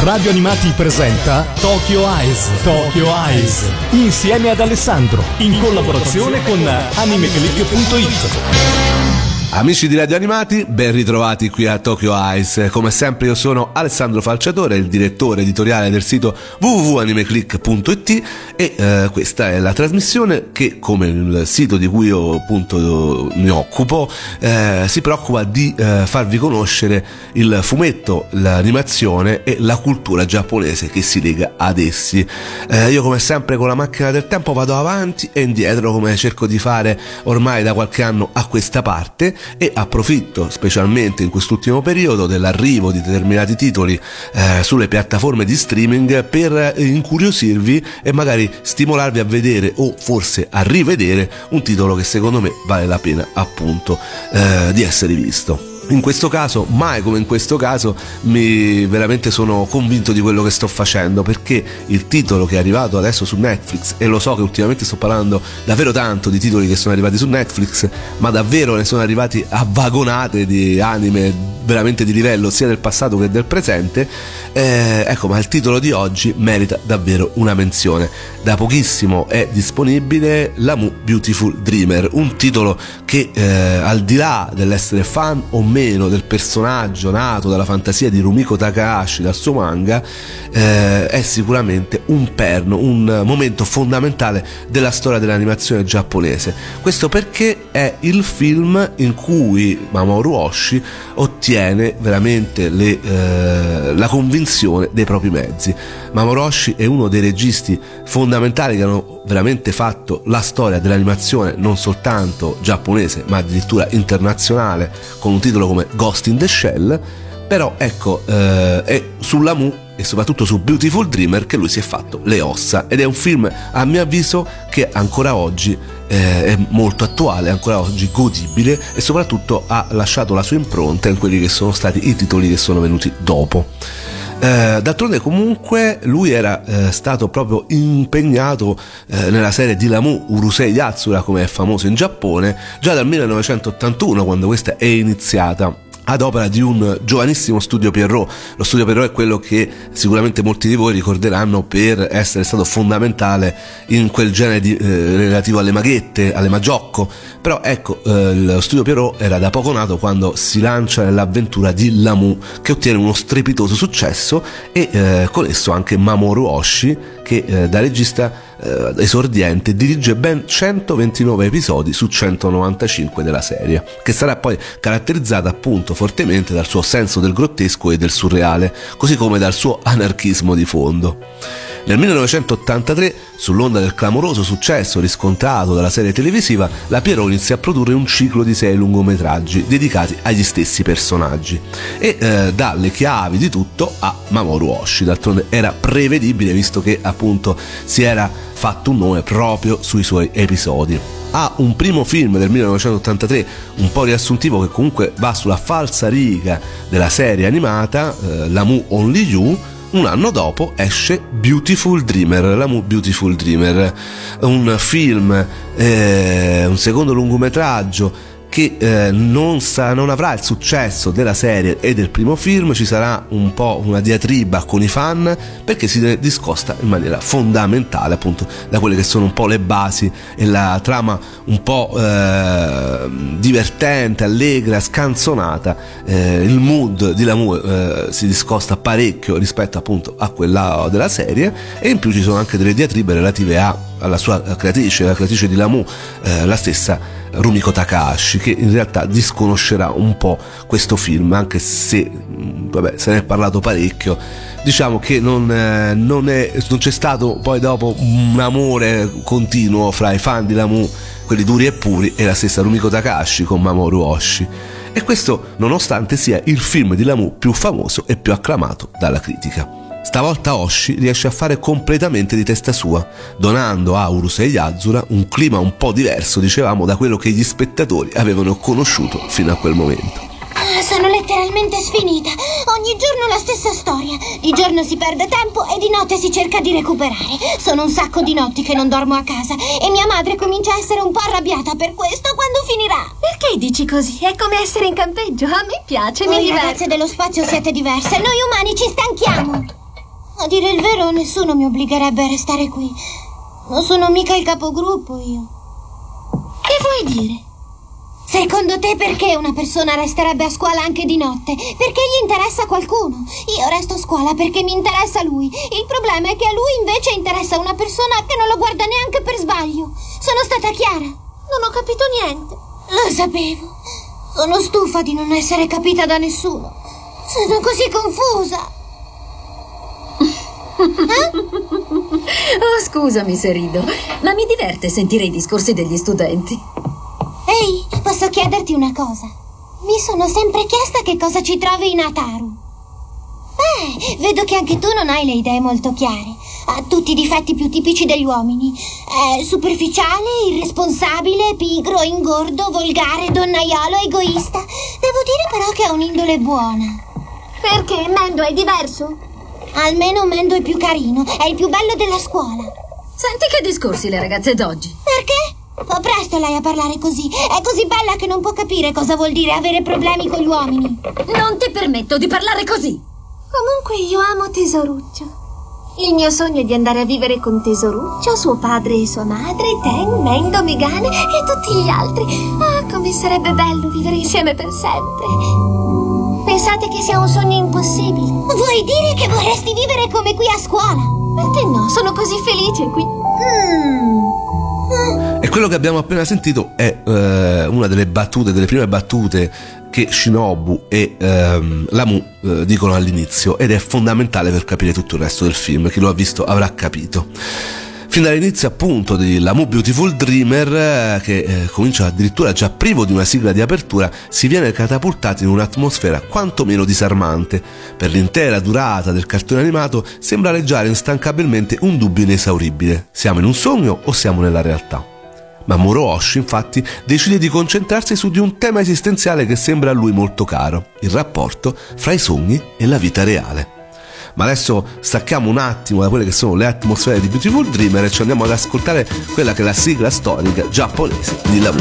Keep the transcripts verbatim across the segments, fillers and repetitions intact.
Radio Animati presenta Tokyo Eyes. Tokyo Eyes. Insieme ad Alessandro. In collaborazione con animeclick punto it. Amici di Radio Animati, ben ritrovati qui a Tokyo Eyes. Come sempre io sono Alessandro Falciatore, il direttore editoriale del sito w w w punto animeclick punto it e eh, questa è la trasmissione che, come il sito di cui io appunto mi occupo, eh, si preoccupa di eh, farvi conoscere il fumetto, l'animazione e la cultura giapponese che si lega ad essi. Eh, io come sempre con la macchina del tempo vado avanti e indietro, come cerco di fare ormai da qualche anno a questa parte, e approfitto specialmente in quest'ultimo periodo dell'arrivo di determinati titoli eh, sulle piattaforme di streaming per incuriosirvi e magari stimolarvi a vedere o forse a rivedere un titolo che secondo me vale la pena appunto eh, di essere visto. In questo caso, mai come in questo caso, mi veramente sono convinto di quello che sto facendo, perché il titolo che è arrivato adesso su Netflix, e lo so che ultimamente sto parlando davvero tanto di titoli che sono arrivati su Netflix, ma davvero ne sono arrivati a vagonate di anime veramente di livello sia del passato che del presente, eh, ecco, ma il titolo di oggi merita davvero una menzione. Da pochissimo è disponibile Lamu Beautiful Dreamer, un titolo che eh, al di là dell'essere fan o meno del personaggio nato dalla fantasia di Rumiko Takahashi dal suo manga, eh, è sicuramente un perno, un momento fondamentale della storia dell'animazione giapponese. Questo perché è il film in cui Mamoru Oshii ottiene veramente le, eh, la convinzione dei propri mezzi. Mamoru Oshii è uno dei registi fondamentali che hanno veramente fatto la storia dell'animazione non soltanto giapponese ma addirittura internazionale, con un titolo come Ghost in the Shell. Però ecco, eh, è su Lamu e soprattutto su Beautiful Dreamer che lui si è fatto le ossa, ed è un film a mio avviso che ancora oggi eh, è molto attuale, ancora oggi godibile, e soprattutto ha lasciato la sua impronta in quelli che sono stati i titoli che sono venuti dopo. Eh, d'altronde comunque lui era eh, stato proprio impegnato eh, nella serie di Lamu Urusei Yatsura, come è famoso in Giappone, già dal millenovecentottantuno, quando questa è iniziata, ad opera di un giovanissimo Studio Pierrot. Lo Studio Pierrot è quello che sicuramente molti di voi ricorderanno per essere stato fondamentale in quel genere di, eh, relativo alle maghette, alle magiocco. Però ecco, eh, lo Studio Pierrot era da poco nato quando si lancia nell'avventura di Lamu, che ottiene uno strepitoso successo, e eh, con esso anche Mamoru Oshii, che eh, da regista eh, esordiente dirige ben centoventinove episodi su centonovantacinque della serie, che sarà poi caratterizzata appunto fortemente dal suo senso del grottesco e del surreale, così come dal suo anarchismo di fondo. Nel millenovecentottantatré, sull'onda del clamoroso successo riscontrato dalla serie televisiva, la Pierrot inizia a produrre un ciclo di sei lungometraggi dedicati agli stessi personaggi e eh, dà le chiavi di tutto a Mamoru Oshii. D'altronde era prevedibile, visto che appunto si era fatto un nome proprio sui suoi episodi. Ha un primo film del millenovecentottantatré un po' riassuntivo, che comunque va sulla falsa riga della serie animata eh, Lamu Only You. Un anno dopo esce Beautiful Dreamer, Lamu Beautiful Dreamer, un film, eh, un secondo lungometraggio che eh, non, sa, non avrà il successo della serie e del primo film. Ci sarà un po' una diatriba con i fan, perché si discosta in maniera fondamentale appunto da quelle che sono un po' le basi e la trama un po' eh, divertente, allegra, scanzonata. Eh, il mood di Lamu eh, si discosta parecchio rispetto appunto a quella della serie, e in più ci sono anche delle diatribe relative a, alla sua creatrice, la creatrice di Lamu, eh, la stessa Rumiko Takahashi, che in realtà disconoscerà un po' questo film, anche se vabbè, se ne è parlato parecchio. Diciamo che non, eh, non, è, non c'è stato poi dopo un amore continuo fra i fan di Lamu, quelli duri e puri, e la stessa Rumiko Takahashi con Mamoru Oshii, e questo nonostante sia il film di Lamu più famoso e più acclamato dalla critica. Stavolta Oshii riesce a fare completamente di testa sua, donando a Urusei Yatsura un clima un po' diverso, dicevamo, da quello che gli spettatori avevano conosciuto fino a quel momento. Ah, sono letteralmente sfinita. Ogni giorno la stessa storia. Di giorno si perde tempo e di notte si cerca di recuperare. Sono un sacco di notti che non dormo a casa e mia madre comincia a essere un po' arrabbiata per questo. Quando finirà? Perché dici così? È come essere in campeggio. A me piace, mi Voi diverte. ragazze dello spazio siete diverse. Noi umani ci stanchiamo. A dire il vero, nessuno mi obbligherebbe a restare qui. Non sono mica il capogruppo, io. Che vuoi dire? Secondo te perché una persona resterebbe a scuola anche di notte? Perché gli interessa qualcuno. Io resto a scuola perché mi interessa lui. Il problema è che a lui invece interessa una persona che non lo guarda neanche per sbaglio. Sono stata chiara? Non ho capito niente. Lo sapevo. Sono stufa di non essere capita da nessuno. Sono così confusa. Eh? Oh, scusami se rido, ma mi diverte sentire i discorsi degli studenti. Ehi, posso chiederti una cosa? Mi sono sempre chiesta che cosa ci trovi in Ataru. Eh, vedo che anche tu non hai le idee molto chiare. Ha tutti i difetti più tipici degli uomini. È superficiale, irresponsabile, pigro, ingordo, volgare, donnaiolo, egoista. Devo dire però che ha un'indole buona. Perché Mendo è diverso? Almeno Mendo è più carino, è il più bello della scuola. Senti che discorsi le ragazze d'oggi. Perché? Fa presto lei a parlare così. È così bella che non può capire cosa vuol dire avere problemi con gli uomini. Non ti permetto di parlare così. Comunque io amo Tesoruccio. Il mio sogno è di andare a vivere con Tesoruccio, suo padre e sua madre, Ten, Mendo, Megane e tutti gli altri. Ah, come sarebbe bello vivere insieme per sempre. Pensate che sia un sogno impossibile? Vuoi dire che vorresti vivere come qui a scuola? Perché no? Sono così felice qui. Mm. E quello che abbiamo appena sentito è eh, una delle battute, delle prime battute che Shinobu e ehm, Lamu eh, dicono all'inizio, ed è fondamentale per capire tutto il resto del film. Chi lo ha visto avrà capito. Fin dall'inizio appunto di Lamu Beautiful Dreamer, eh, che eh, comincia addirittura già privo di una sigla di apertura, si viene catapultati in un'atmosfera quantomeno disarmante. Per l'intera durata del cartone animato sembra aleggiare instancabilmente un dubbio inesauribile: siamo in un sogno o siamo nella realtà? Mamoru Oshii infatti decide di concentrarsi su di un tema esistenziale che sembra a lui molto caro: il rapporto fra i sogni e la vita reale. Ma adesso stacchiamo un attimo da quelle che sono le atmosfere di Beautiful Dreamer e ci andiamo ad ascoltare quella che è la sigla storica giapponese di Lamu.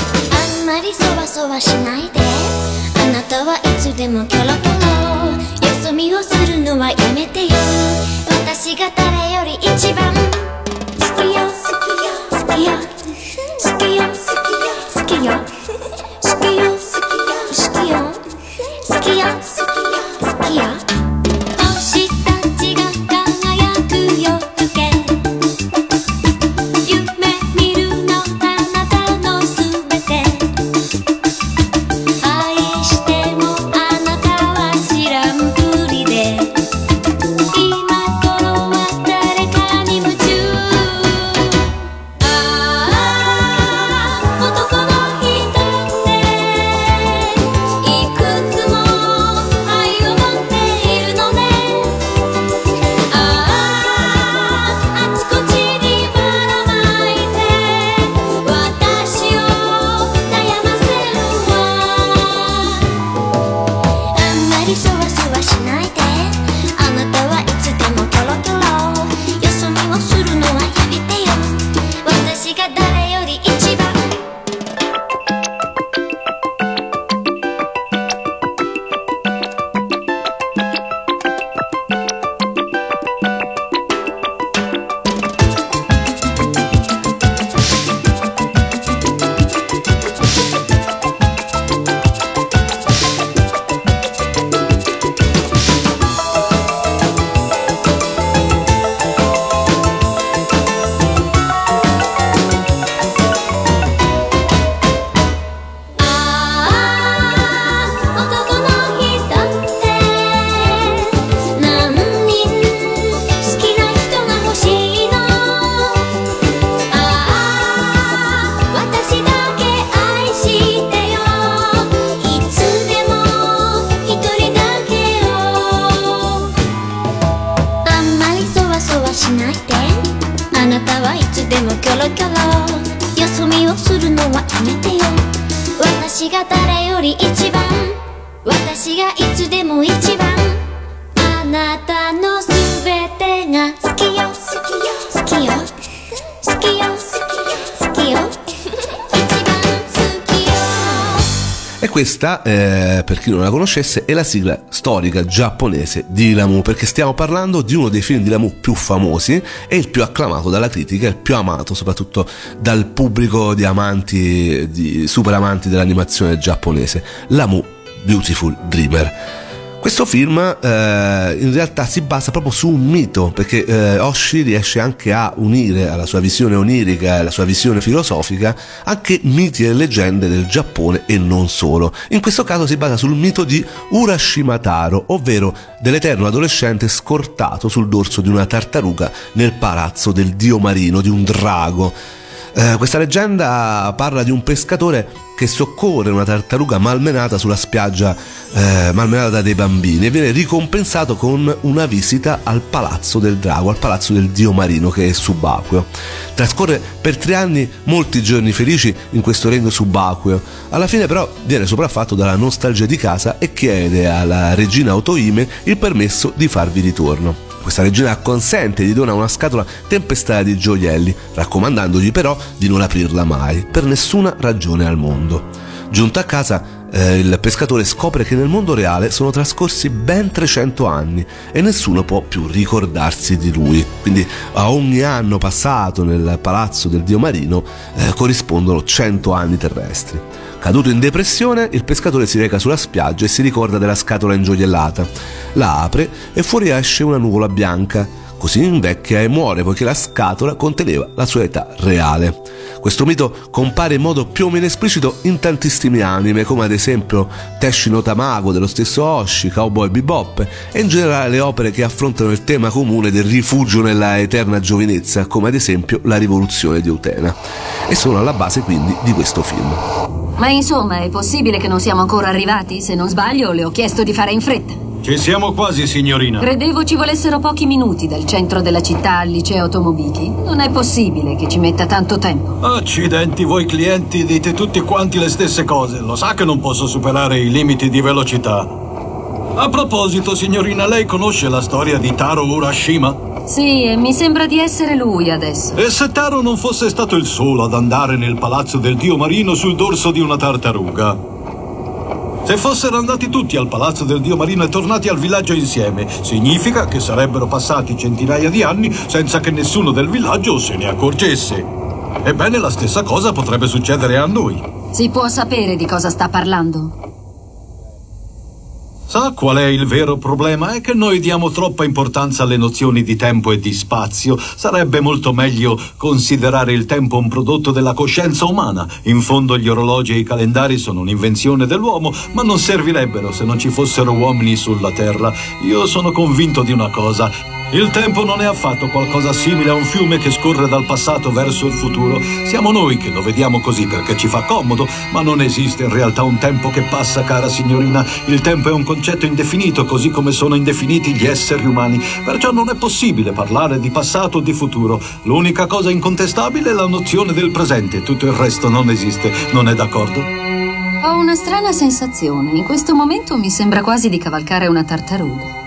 E questa, eh, per chi non la conoscesse, è la sigla storica giapponese di Lamu, perché stiamo parlando di uno dei film di Lamu più famosi e il più acclamato dalla critica, il più amato soprattutto dal pubblico di amanti, di super amanti dell'animazione giapponese, Lamu Beautiful Dreamer. Questo film eh, in realtà si basa proprio su un mito, perché eh, Oshii riesce anche a unire alla sua visione onirica e alla sua visione filosofica anche miti e leggende del Giappone e non solo. In questo caso si basa sul mito di Urashima Taro, ovvero dell'eterno adolescente scortato sul dorso di una tartaruga nel palazzo del dio marino, di un drago. Eh, questa leggenda parla di un pescatore che soccorre una tartaruga malmenata sulla spiaggia, eh, malmenata da dei bambini, e viene ricompensato con una visita al palazzo del drago, al palazzo del dio marino che è subacqueo. Trascorre per tre anni molti giorni felici in questo regno subacqueo. Alla fine però viene sopraffatto dalla nostalgia di casa e chiede alla regina Otohime il permesso di farvi ritorno. Questa regina acconsente e gli dona una scatola tempestata di gioielli, raccomandandogli però di non aprirla mai, per nessuna ragione al mondo. Giunto a casa, eh, il pescatore scopre che nel mondo reale sono trascorsi ben trecento anni e nessuno può più ricordarsi di lui. Quindi a ogni anno passato nel palazzo del dio marino eh, corrispondono cento anni terrestri. Caduto in depressione, il pescatore si reca sulla spiaggia e si ricorda della scatola ingioiellata. La apre e fuori esce una nuvola bianca. Così invecchia e muore poiché la scatola conteneva la sua età reale. Questo mito compare in modo più o meno esplicito in tantissimi anime, come ad esempio Teshi no Tamago dello stesso Oshii, Cowboy Bebop e in generale le opere che affrontano il tema comune del rifugio nella eterna giovinezza, come ad esempio La rivoluzione di Utena, e sono alla base quindi di questo film. Ma insomma, è possibile che non siamo ancora arrivati? Se non sbaglio, le ho chiesto di fare in fretta. Ci siamo quasi, signorina. Credevo ci volessero pochi minuti dal centro della città al liceo Tomobiki. Non è possibile che ci metta tanto tempo. Accidenti, voi clienti dite tutti quanti le stesse cose. Lo sa che non posso superare i limiti di velocità. A proposito, signorina, lei conosce la storia di Taro Urashima? Sì, e mi sembra di essere lui adesso. E se Taro non fosse stato il solo ad andare nel palazzo del dio marino sul dorso di una tartaruga? Se fossero andati tutti al palazzo del dio marino e tornati al villaggio insieme, significa che sarebbero passati centinaia di anni senza che nessuno del villaggio se ne accorgesse. Ebbene, la stessa cosa potrebbe succedere a noi. Si può sapere di cosa sta parlando? Sa qual è il vero problema? È che noi diamo troppa importanza alle nozioni di tempo e di spazio. Sarebbe molto meglio considerare il tempo un prodotto della coscienza umana. In fondo gli orologi e i calendari sono un'invenzione dell'uomo, ma non servirebbero se non ci fossero uomini sulla Terra. Io sono convinto di una cosa. Il tempo non è affatto qualcosa simile a un fiume che scorre dal passato verso il futuro. Siamo noi che lo vediamo così perché ci fa comodo, ma non esiste in realtà un tempo che passa, cara signorina. Il tempo è un concetto indefinito, così come sono indefiniti gli esseri umani. Perciò non è possibile parlare di passato o di futuro. L'unica cosa incontestabile è la nozione del presente. Tutto il resto non esiste. Non è d'accordo? Ho una strana sensazione. In questo momento mi sembra quasi di cavalcare una tartaruga.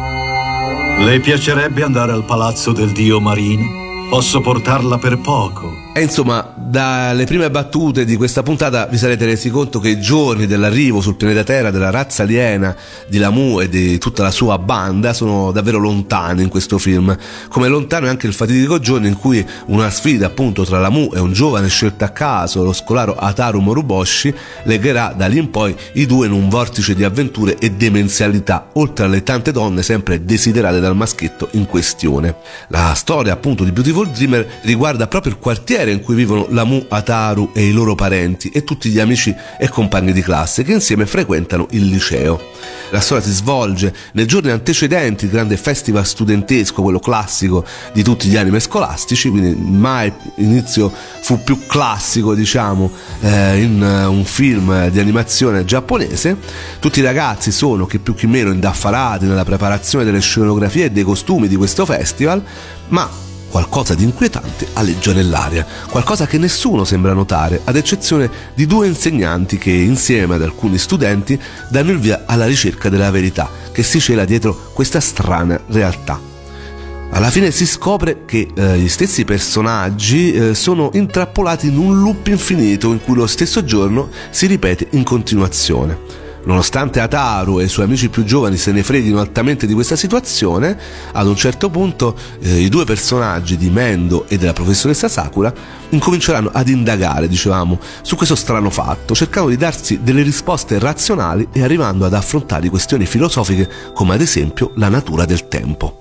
Le piacerebbe andare al palazzo del dio marino? Posso portarla per poco. E insomma, dalle prime battute di questa puntata vi sarete resi conto che i giorni dell'arrivo sul pianeta Terra della razza aliena di Lamu e di tutta la sua banda sono davvero lontani in questo film, come lontano è anche il fatidico giorno in cui una sfida appunto tra Lamu e un giovane scelto a caso, lo scolaro Ataru Moruboshi, legherà da lì in poi i due in un vortice di avventure e demenzialità, oltre alle tante donne sempre desiderate dal maschietto in questione. La storia appunto di Beautiful Dreamer riguarda proprio il quartiere in cui vivono Lamu, Ataru e i loro parenti e tutti gli amici e compagni di classe che insieme frequentano il liceo. La storia si svolge nei giorni antecedenti il grande festival studentesco, quello classico di tutti gli anime scolastici, quindi mai inizio fu più classico, diciamo, eh, in un film di animazione giapponese. Tutti i ragazzi sono chi più chi meno indaffarati nella preparazione delle scenografie e dei costumi di questo festival, ma qualcosa di inquietante aleggia nell'aria, qualcosa che nessuno sembra notare, ad eccezione di due insegnanti che, insieme ad alcuni studenti, danno il via alla ricerca della verità che si cela dietro questa strana realtà. Alla fine si scopre che eh, gli stessi personaggi eh, sono intrappolati in un loop infinito in cui lo stesso giorno si ripete in continuazione. Nonostante Ataru e i suoi amici più giovani se ne freghino altamente di questa situazione, ad un certo punto eh, i due personaggi di Mendo e della professoressa Sakura incominceranno ad indagare, dicevamo, su questo strano fatto, cercando di darsi delle risposte razionali e arrivando ad affrontare questioni filosofiche come ad esempio la natura del tempo.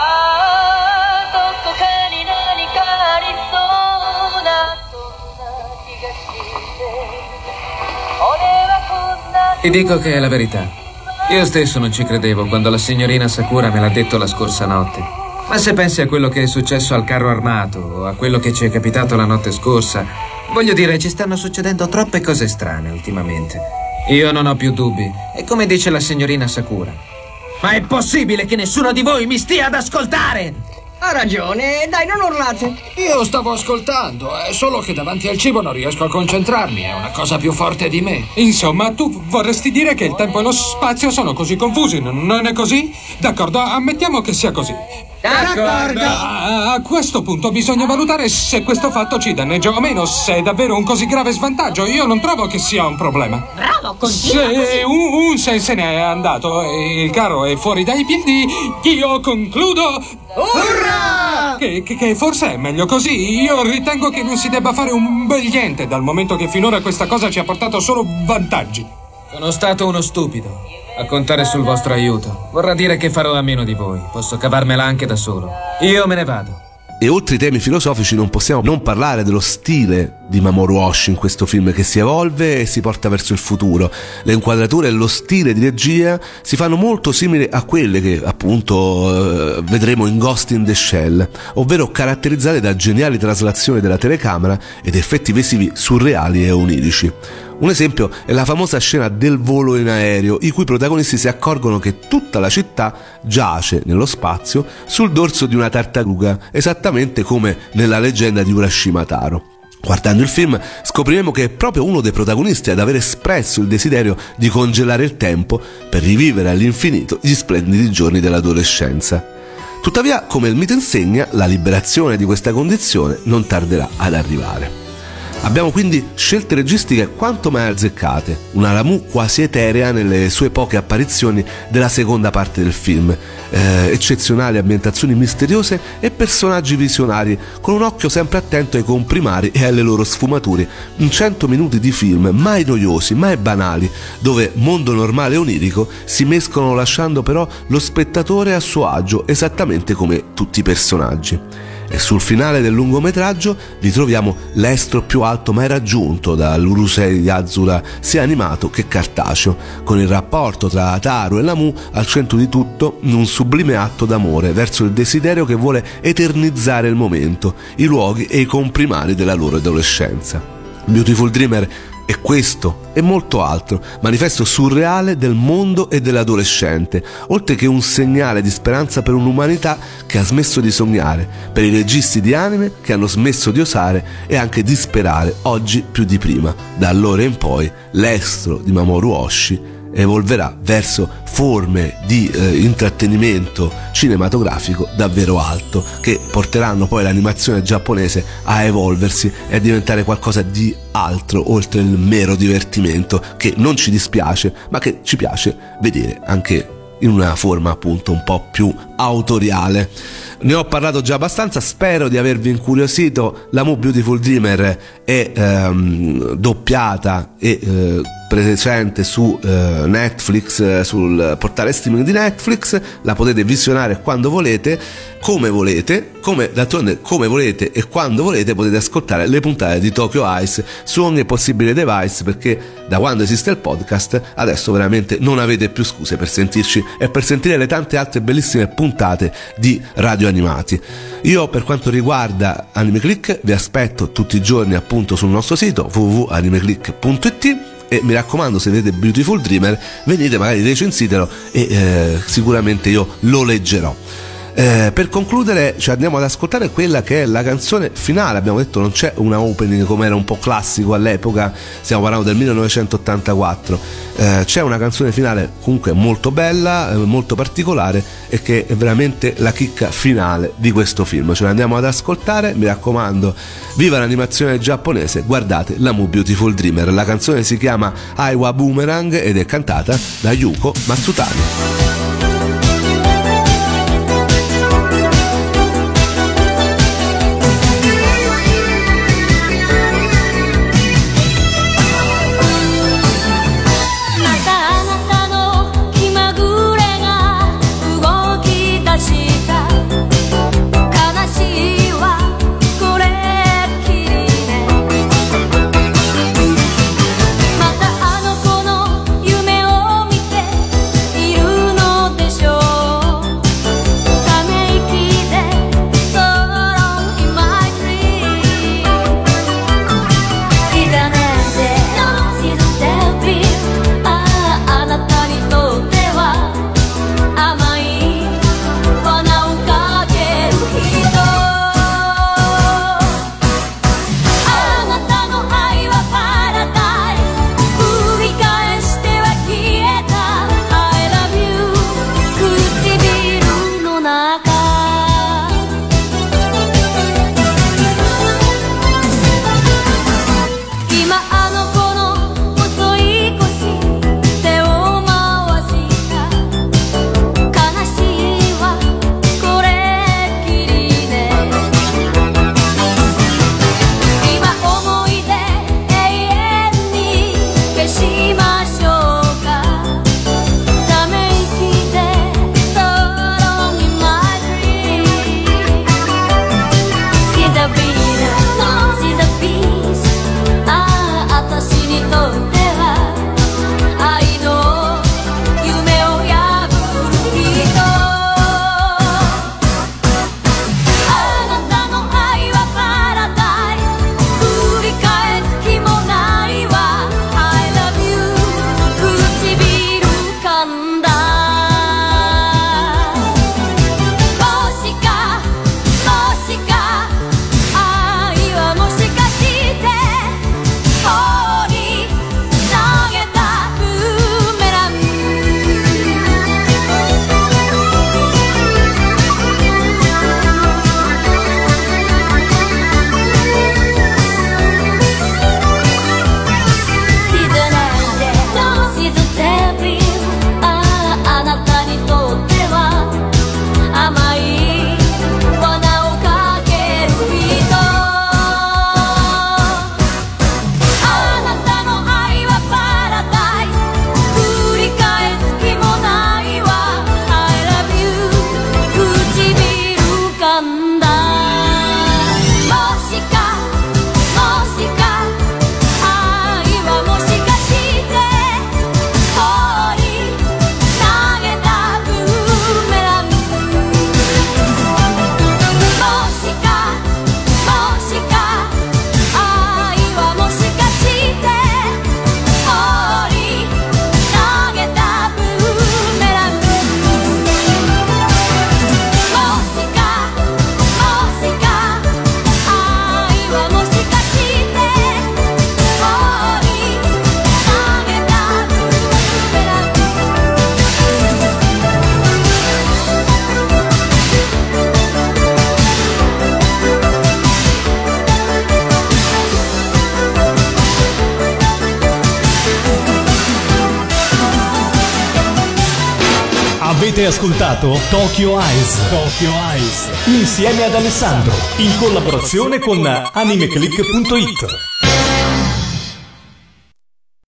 Ti dico che è la verità. Io stesso non ci credevo quando la signorina Sakura me l'ha detto la scorsa notte. Ma se pensi a quello che è successo al carro armato o a quello che ci è capitato la notte scorsa, voglio dire, ci stanno succedendo troppe cose strane ultimamente. Io non ho più dubbi. E come dice la signorina Sakura. Ma è possibile che nessuno di voi mi stia ad ascoltare? Ha ragione, dai, non urlate. Io stavo ascoltando, è solo che davanti al cibo non riesco a concentrarmi, è una cosa più forte di me. Insomma, tu vorresti dire che il tempo e lo spazio sono così confusi, non è così? D'accordo, ammettiamo che sia così. D'accordo. A, a questo punto bisogna valutare se questo fatto ci danneggia o meno, se è davvero un così grave svantaggio. Io non trovo che sia un problema. Bravo, continua Se così. un, un se se n'è andato e il carro è fuori dai piedi, io concludo... Urrà! Che, che, che forse è meglio così. Io ritengo che non si debba fare un bel niente, dal momento che finora questa cosa ci ha portato solo vantaggi. Sono stato uno stupido. A contare sul vostro aiuto. Vorrà dire che farò a meno di voi. Posso cavarmela anche da solo. Io me ne vado. E oltre ai temi filosofici non possiamo non parlare dello stile di Mamoru Oshii in questo film, che si evolve e si porta verso il futuro. Le inquadrature e lo stile di regia si fanno molto simili a quelle che appunto eh, vedremo in Ghost in the Shell, ovvero caratterizzate da geniali traslazioni della telecamera ed effetti visivi surreali e onirici. Un esempio è la famosa scena del volo in aereo, i cui protagonisti si accorgono che tutta la città giace nello spazio sul dorso di una tartaruga, esattamente come nella leggenda di Urashima Taro. Guardando il film scopriremo che è proprio uno dei protagonisti ad aver espresso il desiderio di congelare il tempo per rivivere all'infinito gli splendidi giorni dell'adolescenza. Tuttavia, come il mito insegna, la liberazione di questa condizione non tarderà ad arrivare. Abbiamo quindi scelte registiche quanto mai azzeccate, una Ramu quasi eterea nelle sue poche apparizioni della seconda parte del film, eh, eccezionali ambientazioni misteriose e personaggi visionari con un occhio sempre attento ai comprimari e alle loro sfumature, in cento minuti di film mai noiosi, mai banali, dove mondo normale e onirico si mescolano lasciando però lo spettatore a suo agio esattamente come tutti i personaggi. E sul finale del lungometraggio ritroviamo l'estro più alto mai raggiunto dall'Urusei Yatsura sia animato che cartaceo, con il rapporto tra Ataru e Lamu al centro di tutto in un sublime atto d'amore verso il desiderio che vuole eternizzare il momento, i luoghi e i comprimari della loro adolescenza. Beautiful Dreamer è questo e molto altro, manifesto surreale del mondo e dell'adolescente, oltre che un segnale di speranza per un'umanità che ha smesso di sognare, per i registi di anime che hanno smesso di osare e anche di sperare oggi più di prima. Da allora in poi l'estro di Mamoru Oshii evolverà verso forme di eh, intrattenimento cinematografico davvero alto, che porteranno poi l'animazione giapponese a evolversi e a diventare qualcosa di altro oltre il mero divertimento che non ci dispiace ma che ci piace vedere anche in una forma appunto un po' più autoriale. Ne ho parlato già abbastanza, spero di avervi incuriosito. La Mu Beautiful Dreamer è ehm, doppiata e eh, presente su eh, Netflix, eh, sul portale streaming di Netflix, la potete visionare quando volete, come volete, come d'altronde come volete e quando volete potete ascoltare le puntate di Tokyo Eyes su ogni possibile device, perché da quando esiste il podcast adesso veramente non avete più scuse per sentirci e per sentire le tante altre bellissime puntate di Radio Animati. Io, per quanto riguarda Anime Click, vi aspetto tutti i giorni appunto sul nostro sito w w w punto animeclick punto i t e mi raccomando, se vedete Beautiful Dreamer venite, magari recensitelo e eh, sicuramente io lo leggerò. Eh, per concludere ci andiamo ad ascoltare quella che è la canzone finale. Abbiamo detto non c'è una opening come era un po' classico all'epoca, stiamo parlando del millenovecentottantaquattro. Eh, c'è una canzone finale comunque molto bella, eh, molto particolare, e che è veramente la chicca finale di questo film. Ce la andiamo ad ascoltare, mi raccomando, viva l'animazione giapponese, guardate la Mu Beautiful Dreamer. La canzone si chiama Aiwa Boomerang ed è cantata da Yuko Matsutani. Avete ascoltato Tokyo Eyes. Tokyo Eyes insieme ad Alessandro in collaborazione con animeclick punto it.